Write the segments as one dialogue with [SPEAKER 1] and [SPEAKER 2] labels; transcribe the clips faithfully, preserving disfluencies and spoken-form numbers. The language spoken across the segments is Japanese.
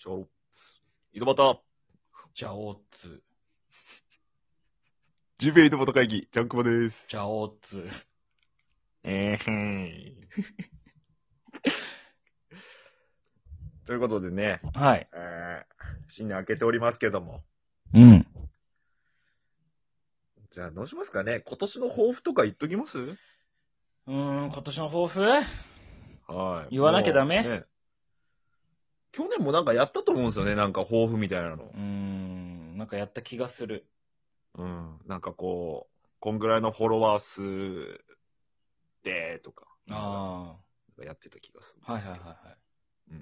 [SPEAKER 1] ちゃおっつ。井戸端。
[SPEAKER 2] じゃおっつ。
[SPEAKER 1] ジュベ井戸端会議、ジャンクマです。
[SPEAKER 2] じゃおっつ。
[SPEAKER 1] えーへん。ということでね、
[SPEAKER 2] はい。
[SPEAKER 1] えー、新年明けておりますけども。
[SPEAKER 2] うん。
[SPEAKER 1] じゃあどうしますかね。今年の抱負とか言っときます？
[SPEAKER 2] うーん、今年の抱負
[SPEAKER 1] はい。
[SPEAKER 2] 言わなきゃダメ
[SPEAKER 1] もうね。去年もなんかやったと思うんですよね。なんか抱負みたいなの。
[SPEAKER 2] うーん、なんかやった気がする。
[SPEAKER 1] うん。なんかこう、こんぐらいのフォロワー数で、とか。
[SPEAKER 2] あ
[SPEAKER 1] やってた気がする。
[SPEAKER 2] あ。はいはいはいは
[SPEAKER 1] うん。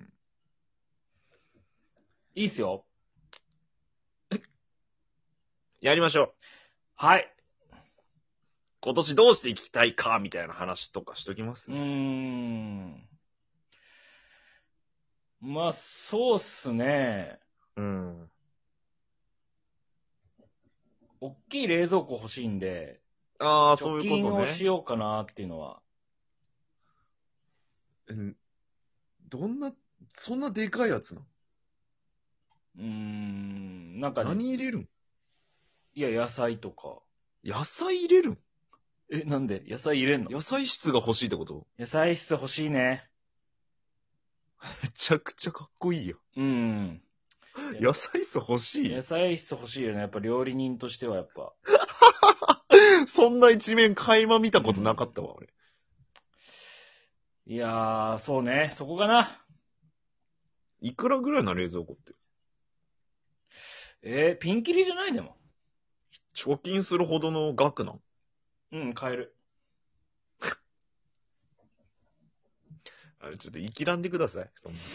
[SPEAKER 2] い。いいっすよ。
[SPEAKER 1] やりましょう。
[SPEAKER 2] はい。
[SPEAKER 1] 今年どうしていきたいか、みたいな話とかしときます？
[SPEAKER 2] うーん。まあ、そうっすね。
[SPEAKER 1] うん。
[SPEAKER 2] おっきい冷蔵庫欲しいんで、
[SPEAKER 1] ああ、そう
[SPEAKER 2] 貯
[SPEAKER 1] いうこと
[SPEAKER 2] 金をし
[SPEAKER 1] ね。
[SPEAKER 2] ようかなっていうのは。
[SPEAKER 1] うんどんな、そんなでかいやつなの？
[SPEAKER 2] うーん、なんかね、
[SPEAKER 1] 何入れるん？
[SPEAKER 2] いや、野菜とか。
[SPEAKER 1] 野菜入れるん？
[SPEAKER 2] え、なんで野菜入れんの？
[SPEAKER 1] 野菜室が欲しいってこと？
[SPEAKER 2] 野菜室欲しいね。
[SPEAKER 1] めちゃくちゃかっこいいよ。
[SPEAKER 2] うん。
[SPEAKER 1] 野菜室欲しい？
[SPEAKER 2] 野菜室欲しいよね。やっぱ料理人としてはやっぱ。
[SPEAKER 1] そんな一面垣間見たことなかったわ、俺。
[SPEAKER 2] いやー、そうね。そこかな。
[SPEAKER 1] いくらぐらいな冷蔵庫って？
[SPEAKER 2] えー、ピンキリじゃないでも。
[SPEAKER 1] 貯金するほどの額なん？
[SPEAKER 2] うん、買える。
[SPEAKER 1] あれ、ちょっと生きらんでください。そんな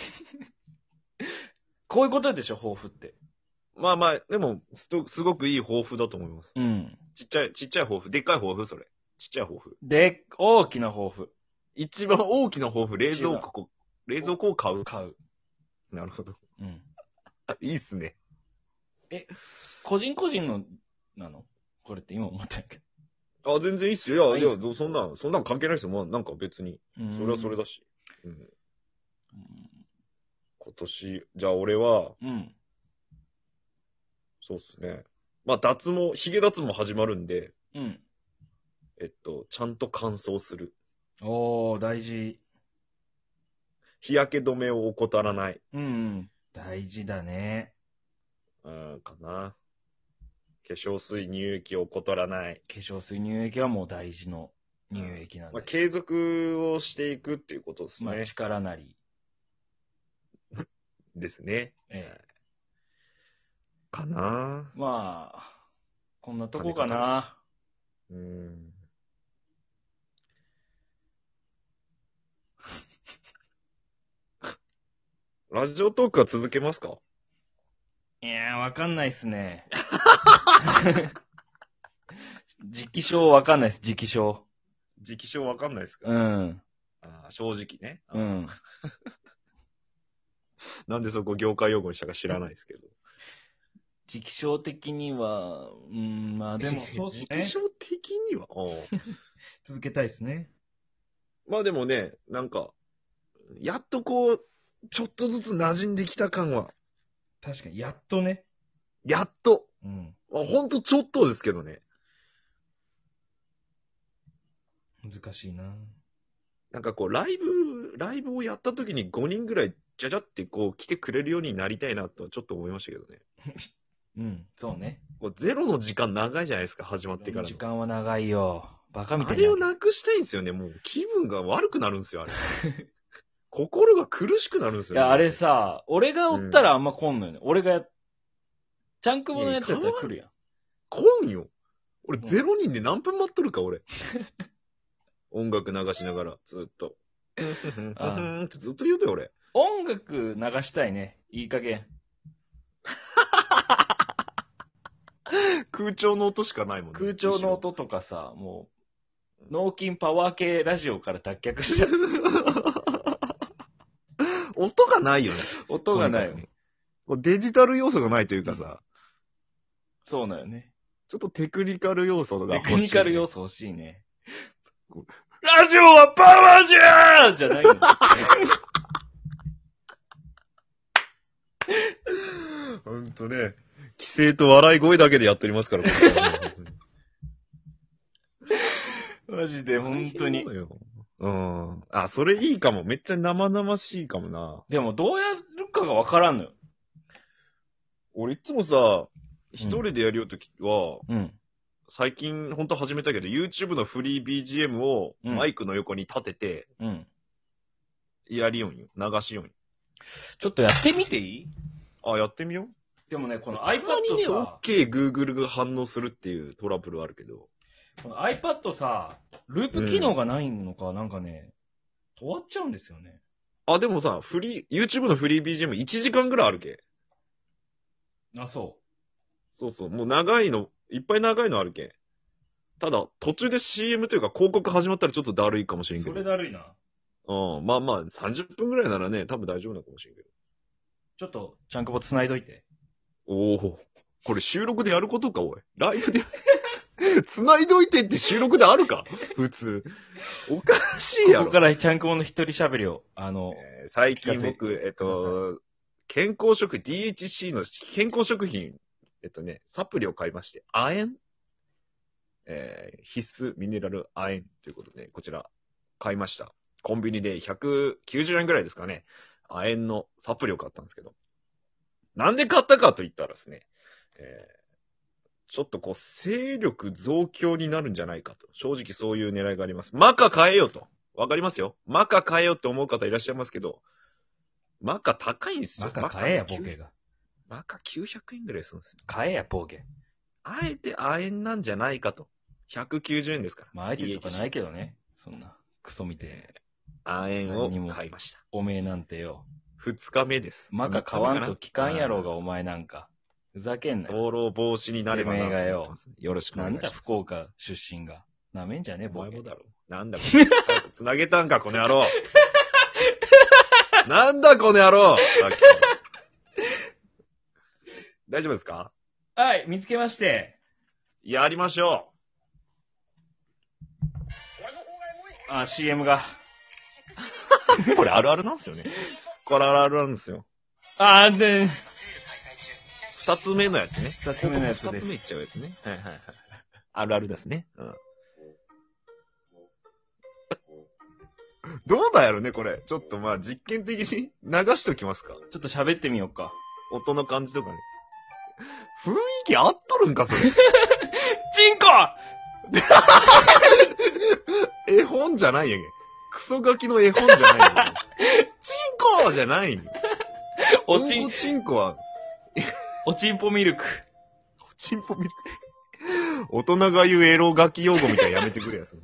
[SPEAKER 2] こういうことでしょ、抱負って。
[SPEAKER 1] まあまあ、でも、すとすごくいい抱負だと思います。
[SPEAKER 2] うん。
[SPEAKER 1] ちっちゃい、ちっちゃい抱負。でっかい抱負それ。ちっちゃい抱負。
[SPEAKER 2] で、大きな抱負。
[SPEAKER 1] 一番大きな抱負、冷蔵庫、冷蔵庫を買う。
[SPEAKER 2] 買う。
[SPEAKER 1] なるほど。
[SPEAKER 2] うん。
[SPEAKER 1] いいっすね。
[SPEAKER 2] 個人個人の、なのこれって今思ったけ
[SPEAKER 1] あ、全然いいっすよ。いや、
[SPEAKER 2] あいいっす
[SPEAKER 1] いや、そんな、そんなん関係ないっすよ。まあ、なんか別に。
[SPEAKER 2] ど。
[SPEAKER 1] それはそれだし。うん。
[SPEAKER 2] うん。
[SPEAKER 1] 今年、じゃあ俺は、
[SPEAKER 2] うん。
[SPEAKER 1] そうっすね。まあ、脱毛、髭脱毛始まるんで、
[SPEAKER 2] うん。
[SPEAKER 1] えっと、ちゃんと乾燥する。
[SPEAKER 2] おー、大事。
[SPEAKER 1] 日焼け止めを怠らない。
[SPEAKER 2] うん、うん。大事だね。
[SPEAKER 1] うん、かな。化粧水、乳液を怠らない。
[SPEAKER 2] 化粧水乳液はもう大事の乳液なん
[SPEAKER 1] まあ、
[SPEAKER 2] で。
[SPEAKER 1] 継続をしていくっていうことです
[SPEAKER 2] まあ、
[SPEAKER 1] ね。
[SPEAKER 2] 力なり。
[SPEAKER 1] ですね。
[SPEAKER 2] ええ。
[SPEAKER 1] かな。
[SPEAKER 2] まあ、こんなとこか
[SPEAKER 1] 金かかる
[SPEAKER 2] な。
[SPEAKER 1] うん。ラジオトークは続けますか？
[SPEAKER 2] いやー、わかんないっすね。時期証わかんないっす、時期証。
[SPEAKER 1] 時期証わかんないですか？
[SPEAKER 2] うん。
[SPEAKER 1] あー正直ね。
[SPEAKER 2] うん。
[SPEAKER 1] なんでそこ業界用語にしたか知らないですけど。
[SPEAKER 2] 時期証的には、うん、まあでも、そうっす
[SPEAKER 1] 時期
[SPEAKER 2] ね。
[SPEAKER 1] 証的には、
[SPEAKER 2] 続けたいっすね。
[SPEAKER 1] まあでもね、なんか、やっとこう、ちょっとずつ馴染んできた感は、
[SPEAKER 2] 確かに、やっとね。
[SPEAKER 1] やっと、
[SPEAKER 2] うん。
[SPEAKER 1] まあ、ほんとちょっとですけどね。
[SPEAKER 2] 難しいな。
[SPEAKER 1] なんかこう、ライブ、ライブをやった時にごにんぐらい、じゃじゃってこう、来てくれるようになりたいなとはちょっと思いましたけどね。
[SPEAKER 2] うん、そうね。
[SPEAKER 1] こうゼロの時間長いじゃないですか、始まってからの。
[SPEAKER 2] 時間は長いよ。バカみたい
[SPEAKER 1] あれを
[SPEAKER 2] な。
[SPEAKER 1] なくしたいんですよね。もう気分が悪くなるんですよ、あれ。心が苦しくなるんですよね。
[SPEAKER 2] いや、あれさ、俺がおったらあんま来んのよね。俺がや、ちゃんくぼのやつやったら来るやん。
[SPEAKER 1] 来んよ。俺ゼロ人で何分待っとるか、俺。音楽流しながら、ずっと。
[SPEAKER 2] あ
[SPEAKER 1] ってずっと言うとよ、俺。
[SPEAKER 2] 音楽流したいね。いい加減。
[SPEAKER 1] 空調の音しかないもんね。
[SPEAKER 2] 空調の音とかさ、もう、脳筋パワー系ラジオから脱却した。
[SPEAKER 1] 音がないよね。
[SPEAKER 2] 音がないよ。
[SPEAKER 1] ね、デジタル要素がないというかさ、
[SPEAKER 2] そうだよね。
[SPEAKER 1] ちょっとテクニカル要素が欲しい、ね。
[SPEAKER 2] テクニカル要素欲しいね。ラジオはパワーじゃーじゃないの。
[SPEAKER 1] ほんとね、規制と笑い声だけでやっておりますから、こっちはね
[SPEAKER 2] マジで、本当に。
[SPEAKER 1] うん。あ、それいいかも。めっちゃ生々しいかもな。
[SPEAKER 2] でも、どうやるかがわからんのよ。
[SPEAKER 1] 俺いつもさ、一人でやるよときは、
[SPEAKER 2] うん。
[SPEAKER 1] 最近ほんと始めたけど、YouTube のフリー ビージーエム をマイクの横に立てて、
[SPEAKER 2] うん。
[SPEAKER 1] やりよんよ。流しよんよ。
[SPEAKER 2] ちょっとやってみていい？
[SPEAKER 1] あ、やってみよう。
[SPEAKER 2] でもね、この
[SPEAKER 1] たまに
[SPEAKER 2] iPad
[SPEAKER 1] ね、
[SPEAKER 2] さ、
[SPEAKER 1] OK、Google が反応するっていうトラブルあるけど。
[SPEAKER 2] この iPad さ、ループ機能がないのか、なんかね、止まっちゃうんですよね。
[SPEAKER 1] あ、でもさ、フリー、YouTube のフリー ビージーエムいちじかんぐらいあるけ。
[SPEAKER 2] あ、そ
[SPEAKER 1] そうそう。もう長いの、いっぱい長いのあるけ。ただ、途中で シーエム というか広告始まったらちょっとだるいかもしれ
[SPEAKER 2] う。
[SPEAKER 1] んけど。
[SPEAKER 2] それだるいな。
[SPEAKER 1] うん。まあまあ、さんじゅっぷんぐらいならね、多分大丈夫なのかもしれんけど。
[SPEAKER 2] ちょっと、ちゃんくぼ繋いどいて。
[SPEAKER 1] おお。これ収録でやることか、おい。ライブで。繋いどいてって収録であるか普通。おかしいやろ。
[SPEAKER 2] ここからちゃんくぼの一人喋りを、あの、
[SPEAKER 1] えー最近僕、えっと、健康食、ディーエイチシー の健康食品、えっとね、サプリを買いまして、亜鉛えー必須ミネラル亜鉛ということで、こちら買いました。コンビニでひゃくきゅうじゅうえんぐらいですかね。亜鉛のサプリを買ったんですけど。なんで買ったかと言ったらですね、えーちょっとこう、勢力増強になるんじゃないかと。正直そういう狙いがあります。マカ買えよと。わかりますよ。マカ買えよって思う方いらっしゃいますけど、マカ高いんですよ。
[SPEAKER 2] マカ買えや、
[SPEAKER 1] マカ
[SPEAKER 2] ボケが。
[SPEAKER 1] マカきゅうひゃくえんぐらいするんですよ。
[SPEAKER 2] 買えや、ボケ。
[SPEAKER 1] あえて亜鉛なんじゃないかと。ひゃくきゅうじゅうえんですから。
[SPEAKER 2] まあ、相手とかないけどね。そんな、クソみてえ。
[SPEAKER 1] 亜鉛を買いました。
[SPEAKER 2] おめえなんてよ。
[SPEAKER 1] 二日目です。
[SPEAKER 2] マカ買わんと聞かんやろうが、お前なんか。ふざけんなよ。
[SPEAKER 1] 早漏防止になればなと思ってます。よろしくお
[SPEAKER 2] なんだ、
[SPEAKER 1] 願いします。
[SPEAKER 2] 福岡出身が。なめんじゃねえ、ボケ
[SPEAKER 1] お前も。だろ。なんだこれ。早く繋げたんか、この野郎。なんだ、この野郎。さっき大丈夫ですか？
[SPEAKER 2] はい、見つけまして。
[SPEAKER 1] やりましょ
[SPEAKER 2] あ、シーエム が。
[SPEAKER 1] う。これあるあるなんですよね。これあるあるなんですよ。
[SPEAKER 2] あー、で、
[SPEAKER 1] 二つ目のやつね。
[SPEAKER 2] 二つ目のやつです
[SPEAKER 1] 二つ目いっちゃうやつね。はいはいはい。あるあるですね。うん。どうだやろね、これ。ちょっとまあ実験的に流しときますか。
[SPEAKER 2] ちょっと喋ってみようか。
[SPEAKER 1] 音の感じとかね。雰囲気合っとるんか、それ。
[SPEAKER 2] チンコ
[SPEAKER 1] 絵本じゃないやんけ。クソガキの絵本じゃないやんけ。チンコじゃないん。
[SPEAKER 2] おちん
[SPEAKER 1] うんこ、チンコは、
[SPEAKER 2] おちんぽミルク。
[SPEAKER 1] チンポミルク。大人が言うエロガキ用語みたいなやめてくれやつ。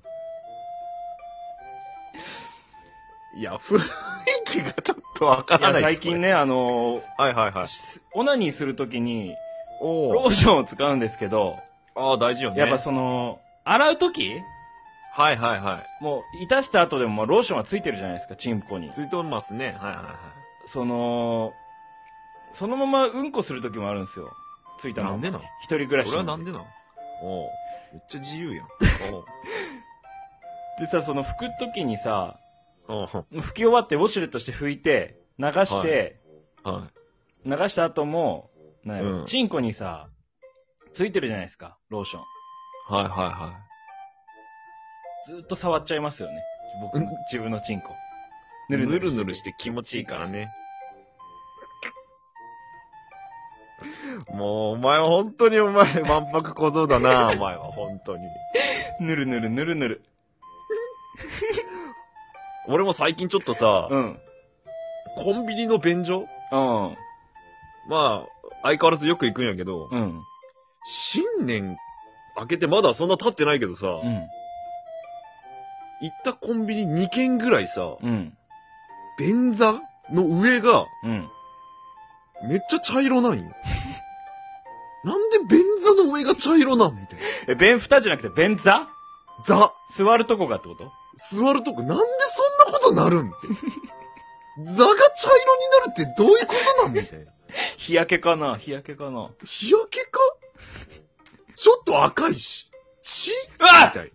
[SPEAKER 1] いや、雰囲気がちょっとわか
[SPEAKER 2] いや、
[SPEAKER 1] らないです
[SPEAKER 2] 最近。ね、あのー、
[SPEAKER 1] これはいはいはい。
[SPEAKER 2] オナニーするときに、
[SPEAKER 1] おー。
[SPEAKER 2] ローションを使うんですけど、
[SPEAKER 1] ああ、大事よね。
[SPEAKER 2] やっぱその、洗うとき
[SPEAKER 1] はいはいは
[SPEAKER 2] もう、いたした後でもまあローションはついてるじゃないですか、チンポに
[SPEAKER 1] い。。ついてますね。はいはいは
[SPEAKER 2] その、そのままうんこするときもあるんですよ。ついたまま。
[SPEAKER 1] なんでなん
[SPEAKER 2] 一人暮ら
[SPEAKER 1] い。
[SPEAKER 2] し
[SPEAKER 1] それはなんでなんおうめっちゃ自由やん。
[SPEAKER 2] でさ、その拭くときにさ、
[SPEAKER 1] おうおう
[SPEAKER 2] 拭き終わってウォシュレットして拭いて、流して、
[SPEAKER 1] は
[SPEAKER 2] 流した後も、なんやろ
[SPEAKER 1] うん
[SPEAKER 2] チンコにさ、ついてるじゃないですか、ローション。
[SPEAKER 1] い。はいはいは
[SPEAKER 2] ずーっと触っちゃいますよね。僕の
[SPEAKER 1] うん、
[SPEAKER 2] 自分のチンコ。
[SPEAKER 1] い。ぬるぬるして気持ちいいからね。もう、お前は本当にお前、わんぱく小僧だな、お前は、本当に。
[SPEAKER 2] ぬるぬるぬるぬる。
[SPEAKER 1] 俺も最近ちょっとさ、
[SPEAKER 2] うん。
[SPEAKER 1] コンビニの便所
[SPEAKER 2] うん。
[SPEAKER 1] まあ、相変わらずよく行くんやけど、
[SPEAKER 2] うん。
[SPEAKER 1] 新年明けてまだそんな経ってないけどさ、
[SPEAKER 2] うん。
[SPEAKER 1] 行ったコンビニにけんぐらいさ、
[SPEAKER 2] うん。
[SPEAKER 1] 便座の上が
[SPEAKER 2] うん。
[SPEAKER 1] めっちゃ茶色なんよ。なんで便座の上が茶色なんみたいな。
[SPEAKER 2] え、便蓋じゃなくて便座
[SPEAKER 1] 座、
[SPEAKER 2] 座るとこがってこと
[SPEAKER 1] 座るとこなんでそんなことなるんって。座が茶色になるってどういうことなんみたいな。
[SPEAKER 2] 日焼けかな日焼けかな
[SPEAKER 1] 日焼けかちょっと赤いし。血み
[SPEAKER 2] うわ
[SPEAKER 1] たい。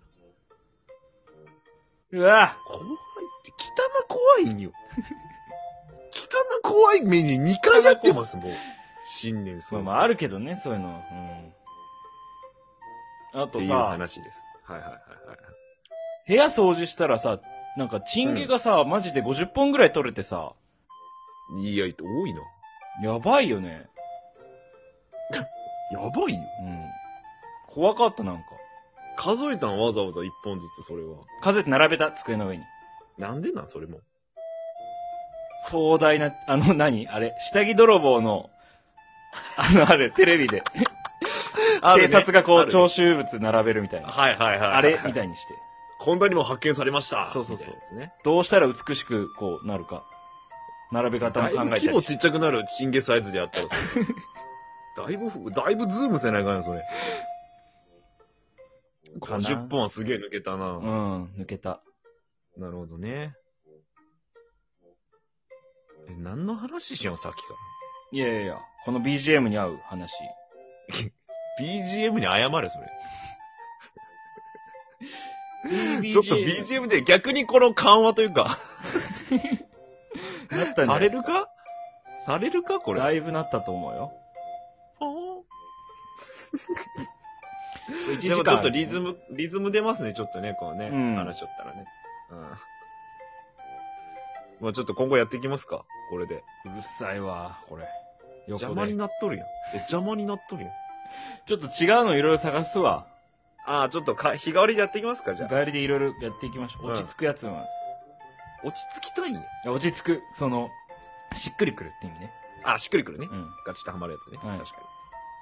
[SPEAKER 2] うわ
[SPEAKER 1] 怖いって、汚怖いんよ。 な怖い目ににかいやってます、もう。新年早々。
[SPEAKER 2] まあまあ、あるけどね、そういうの。うん。あと
[SPEAKER 1] っていう
[SPEAKER 2] さ、
[SPEAKER 1] 話です。はいはいはいはい。
[SPEAKER 2] 部屋掃除したらさ、なんかチンゲがさ、マジでごじゅっぽんぐらい取れてさ、
[SPEAKER 1] いや、多いな。
[SPEAKER 2] やばいよね。
[SPEAKER 1] やばいよ。
[SPEAKER 2] うん。怖かった、なんか。
[SPEAKER 1] 数えたんわざわざいっぽんずつ、それは。
[SPEAKER 2] 数えて並べた、机の上に。
[SPEAKER 1] なんでなんそれも。
[SPEAKER 2] 壮大な、あの何、あれ、下着泥棒の、あの、あれ、テレビで。警察がこう、徴収物並べるみたいな。
[SPEAKER 1] はいはいはい。
[SPEAKER 2] あれみたいにして。
[SPEAKER 1] こんなにも発見されました。
[SPEAKER 2] そうそうそう
[SPEAKER 1] みたいなですね。
[SPEAKER 2] どうしたら美しく、こう、なるか。並べ方も考えたり
[SPEAKER 1] だいぶ規模ちっちゃくなるチンゲサイズでやったら、だいぶ、だいぶズームせないかな、それ。
[SPEAKER 2] かな
[SPEAKER 1] ごじゅっぽんはすげえ抜けたな。
[SPEAKER 2] うん、抜けた。
[SPEAKER 1] なるほどね。え、何の話しよう、さっきか
[SPEAKER 2] いやいやいや、この ビージーエム に合う話。
[SPEAKER 1] ら。ビージーエム に謝れ、それ。ちょっと ビージーエム で逆にこの緩和というか
[SPEAKER 2] なったんじゃない
[SPEAKER 1] されるかされるかこれ。
[SPEAKER 2] だいぶなったと思うよ。いちじかん
[SPEAKER 1] でもちょっとリズム、リズム出ますね、ちょっとね、こうね。
[SPEAKER 2] うん
[SPEAKER 1] 話しちゃったらね。うん。まあちょっと今後やっていきますか、これで。
[SPEAKER 2] うるさいわ、これ。横で
[SPEAKER 1] 邪魔になっとるやん。え、邪魔になっとるやん。
[SPEAKER 2] ちょっと違うのいろいろ探すわ。
[SPEAKER 1] ああ、ちょっとか、日替わりでやっていきますか、じゃあ。
[SPEAKER 2] 帰りでいろいろやっていきましょう。
[SPEAKER 1] うん
[SPEAKER 2] 落ち着くやつは。
[SPEAKER 1] 落ち着きたいんや。
[SPEAKER 2] いや落ち着く、その、しっくりくるって意味ね。
[SPEAKER 1] あ、しっくりくるね。
[SPEAKER 2] うん。
[SPEAKER 1] ガチッとはまるやつね。
[SPEAKER 2] はい
[SPEAKER 1] 確かに。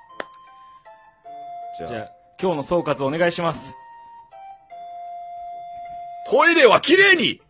[SPEAKER 1] じゃあ、
[SPEAKER 2] じゃあ、今日の総括お願いします。
[SPEAKER 1] トイレは綺麗に